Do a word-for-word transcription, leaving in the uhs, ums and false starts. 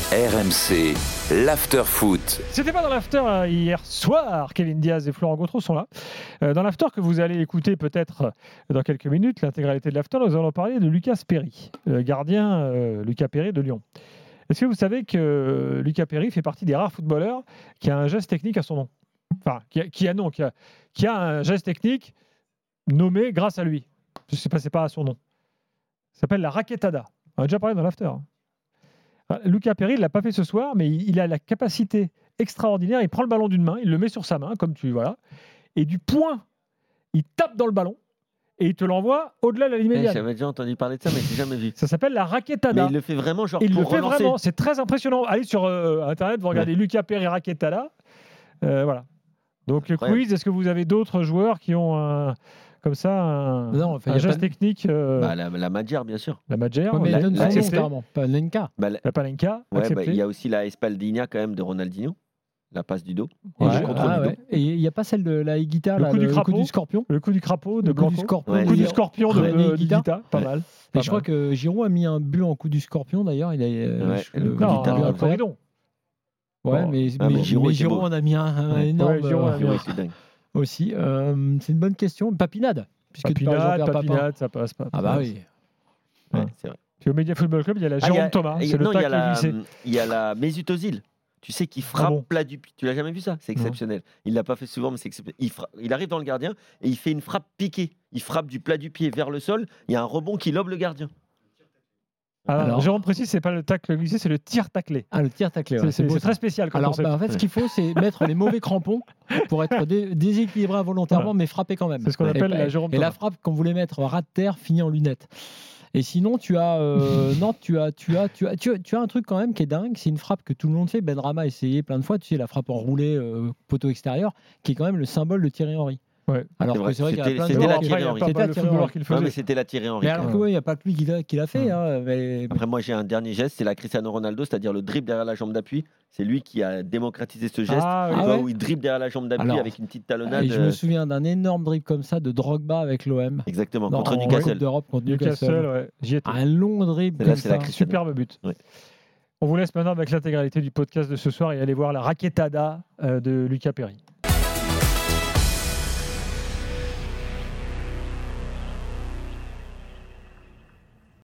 R M C, l'After Foot. C'était pas dans l'After euh, hier soir. Kevin Diaz et Florent Gautreau sont là. Euh, dans l'After que vous allez écouter peut-être euh, dans quelques minutes, l'intégralité de l'After, nous allons parler de Lucas Perry, le gardien euh, Lucas Perry de Lyon. Est-ce que vous savez que euh, Lucas Perry fait partie des rares footballeurs qui a un geste technique à son nom? Enfin, qui a, qui a non, qui a, qui a un geste technique nommé grâce à lui. Je ne sais pas, c'est pas à son nom. Ça s'appelle la raquetada. On a déjà parlé dans l'After. Hein. Lucas Perry, il ne l'a pas fait ce soir, mais il a la capacité extraordinaire. Il prend le ballon d'une main, il le met sur sa main, comme tu voilà, et du poing, il tape dans le ballon et il te l'envoie au-delà de la ligne médiane. Eh, j'avais déjà entendu parler de ça, mais je n'ai jamais vu. Ça s'appelle la raquetada. Mais il le fait vraiment, genre il pour le fait relancer. vraiment. C'est très impressionnant. Allez sur euh, Internet, vous regardez ouais. Lucas Perry raquetada. Euh, voilà. Donc le quiz, est-ce que vous avez d'autres joueurs qui ont un... comme ça, un, non, enfin, un geste de... technique euh... bah, la, la Magyar, bien sûr. La Magyar, ouais, mais la, donne la, son nom, carrément. Panenka. Bah, la... la Panenka, ouais, accepté. Bah, il y a aussi la Espaldinha, quand même, de Ronaldinho. La passe du dos. Et, ouais, contre ah, ouais. Et il n'y a pas celle de la Higuita, le, là, coup, le, du crapaud, le coup du scorpion. Le coup du crapaud de le Blanco. Coup du scorpion, ouais, le coup du scorpion de, ouais, de, de Higuita. Pas ouais. mal. Et pas je crois que Giroud a mis un but en coup du scorpion, d'ailleurs. Il a, ouais, le, le le coup non, du un corridon. Ouais, bon. mais, ah, mais, mais Giroud, mais Giroud en a mis un, un ouais. énorme. Ouais, Giroud, euh, ouais, c'est dingue. Aussi. Euh, c'est une bonne question. Papinade. Puisque Papinade, Papinade, ça passe pas. Ah bah oui. Ouais, c'est vrai. Puis au Media Football Club, il y a la Jérôme ah, a, Thomas. C'est non, le tacle glissé. Il y a la Mesut Özil. Tu sais qu'il frappe ah bon. plat du pied. Tu l'as jamais vu ça? C'est exceptionnel. Non. Il l'a pas fait souvent, mais c'est exceptionnel. Il, fra... il arrive dans le gardien et il fait une frappe piquée. Il frappe du plat du pied vers le sol. Il y a un rebond qui lobe le gardien. Alors, Alors, Jérôme précise, c'est pas le tacle glissé, c'est le tir taclé. Ah, le tir taclé. Ouais, c'est, c'est, c'est très spécial. Comme Alors, bah, en fait, ce qu'il faut, c'est mettre les mauvais crampons pour être dé- déséquilibré involontairement, voilà. mais frapper quand même. C'est ce qu'on appelle et, la Jérôme Et Thomas. la frappe qu'on voulait mettre ras de terre finit en lunette. Et sinon, tu as, euh, non, tu as, tu as, tu as, tu as, tu as un truc quand même qui est dingue. C'est une frappe que tout le monde fait. Benrahma a essayé plein de fois. Tu sais, la frappe enroulée euh, poteau extérieur, qui est quand même le symbole de Thierry Henry. Ouais. Alors c'est que c'est vrai qu'il y a plein de c'était joueurs. La Thierry Henry. C'était la Thierry Henry qui le faisait. Non, mais c'était la Thierry Henry. Mais alors qu'il n'y a pas que lui qui l'a, qui l'a fait. Hein, mais... Après, moi, j'ai un dernier geste, c'est la Cristiano Ronaldo, c'est-à-dire le dribble derrière la jambe d'appui. C'est lui qui a démocratisé ce geste, ah, oui. ah, où il dribble derrière la jambe d'appui alors, avec une petite talonnade. Et je me souviens d'un énorme dribble comme ça de Drogba avec l'O M. Exactement, non, contre en Newcastle. Coupe d'Europe contre Newcastle. Newcastle, ouais. J'y étais. Un long dribble là, comme c'est ça. La superbe but. Oui. On vous laisse maintenant avec l'intégralité du podcast de ce soir et aller voir la raquetada de Lucas Perry.